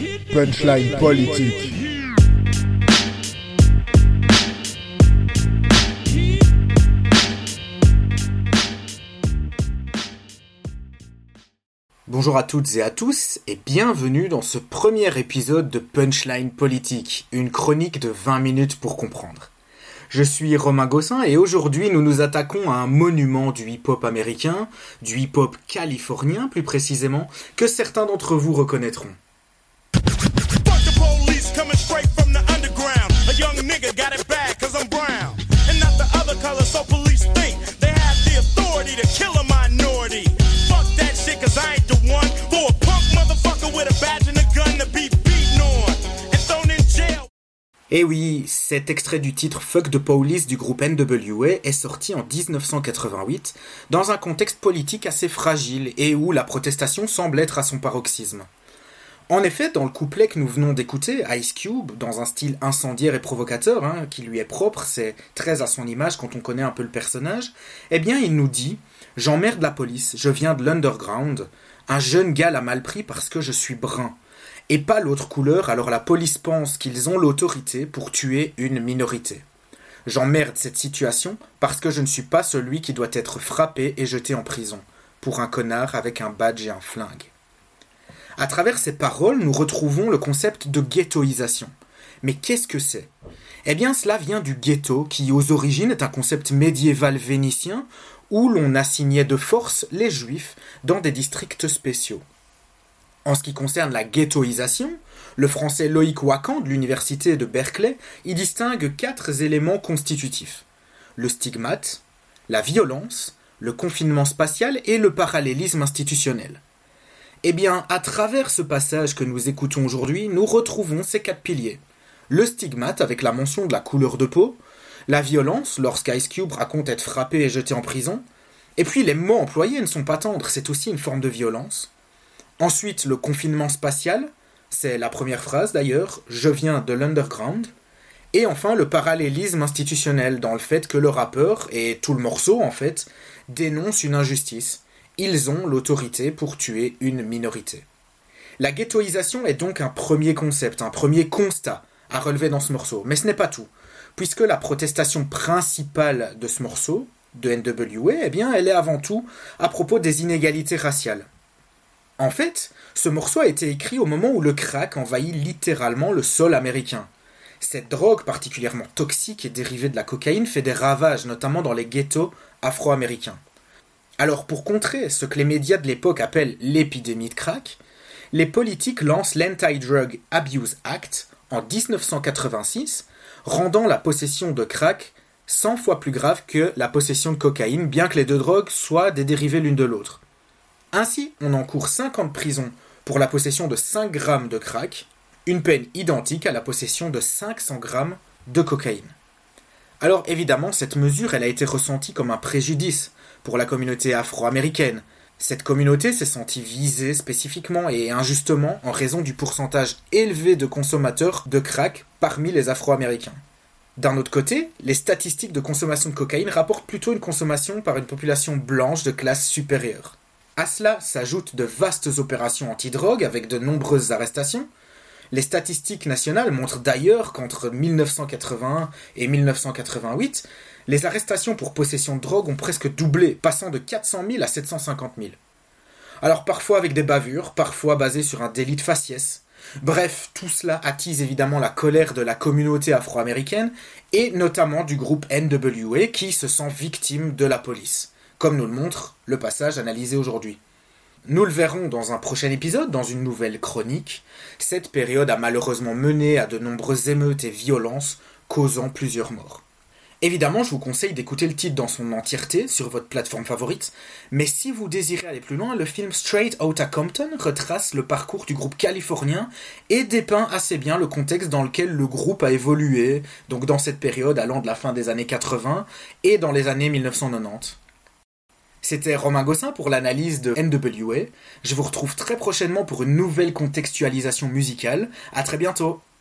Punchline politique. Bonjour à toutes et à tous et bienvenue dans ce premier épisode de Punchline politique, une chronique de 20 minutes pour comprendre. Je suis Romain Gossin et aujourd'hui nous nous attaquons à un monument du hip-hop américain, du hip-hop californien plus précisément, que certains d'entre vous reconnaîtront. Et oui, cet extrait du titre Fuck the Police du groupe NWA est sorti en 1988 dans un contexte politique assez fragile et où la protestation semble être à son paroxysme. En effet, dans le couplet que nous venons d'écouter, Ice Cube, dans un style incendiaire et provocateur, qui lui est propre, c'est très à son image quand on connaît un peu le personnage, eh bien il nous dit « J'emmerde la police, je viens de l'underground, un jeune gars l'a mal pris parce que je suis brun. » Et pas l'autre couleur, alors la police pense qu'ils ont l'autorité pour tuer une minorité. J'emmerde cette situation parce que je ne suis pas celui qui doit être frappé et jeté en prison, pour un connard avec un badge et un flingue. À travers ces paroles, nous retrouvons le concept de ghettoisation. Mais qu'est-ce que c'est ? Eh bien, cela vient du ghetto, qui aux origines est un concept médiéval vénitien, où l'on assignait de force les juifs dans des districts spéciaux. En ce qui concerne la ghettoisation, le français Loïc Wacan de l'université de Berkeley y distingue 4 éléments constitutifs. Le stigmate, la violence, le confinement spatial et le parallélisme institutionnel. Eh bien, à travers ce passage que nous écoutons aujourd'hui, nous retrouvons ces 4 piliers. Le stigmate avec la mention de la couleur de peau, la violence lorsqu'Ice Cube raconte être frappé et jeté en prison, et puis les mots employés ne sont pas tendres, c'est aussi une forme de violence. Ensuite, le confinement spatial, c'est la première phrase d'ailleurs, « Je viens de l'underground ». Et enfin, le parallélisme institutionnel, dans le fait que le rappeur, et tout le morceau en fait, dénonce une injustice. Ils ont l'autorité pour tuer une minorité. La ghettoisation est donc un premier concept, un premier constat à relever dans ce morceau. Mais ce n'est pas tout, puisque la protestation principale de ce morceau, de NWA, eh bien, elle est avant tout à propos des inégalités raciales. En fait, ce morceau a été écrit au moment où le crack envahit littéralement le sol américain. Cette drogue particulièrement toxique et dérivée de la cocaïne fait des ravages, notamment dans les ghettos afro-américains. Alors pour contrer ce que les médias de l'époque appellent l'épidémie de crack, les politiques lancent l'Anti-Drug Abuse Act en 1986, rendant la possession de crack 100 fois plus grave que la possession de cocaïne, bien que les deux drogues soient des dérivés l'une de l'autre. Ainsi, on encourt 5 ans de prison pour la possession de 5 grammes de crack, une peine identique à la possession de 500 grammes de cocaïne. Alors évidemment, cette mesure elle a été ressentie comme un préjudice pour la communauté afro-américaine. Cette communauté s'est sentie visée spécifiquement et injustement en raison du pourcentage élevé de consommateurs de crack parmi les afro-américains. D'un autre côté, les statistiques de consommation de cocaïne rapportent plutôt une consommation par une population blanche de classe supérieure. À cela s'ajoutent de vastes opérations anti-drogue avec de nombreuses arrestations. Les statistiques nationales montrent d'ailleurs qu'entre 1981 et 1988, les arrestations pour possession de drogue ont presque doublé, passant de 400 000 à 750 000. Alors parfois avec des bavures, parfois basées sur un délit de faciès. Bref, tout cela attise évidemment la colère de la communauté afro-américaine et notamment du groupe NWA qui se sent victime de la police, comme nous le montre le passage analysé aujourd'hui. Nous le verrons dans un prochain épisode, dans une nouvelle chronique. Cette période a malheureusement mené à de nombreuses émeutes et violences, causant plusieurs morts. Évidemment, je vous conseille d'écouter le titre dans son entièreté sur votre plateforme favorite, mais si vous désirez aller plus loin, le film Straight Outta Compton retrace le parcours du groupe californien et dépeint assez bien le contexte dans lequel le groupe a évolué, donc dans cette période allant de la fin des années 80 et dans les années 1990. C'était Romain Gossin pour l'analyse de NWA. Je vous retrouve très prochainement pour une nouvelle contextualisation musicale. À très bientôt.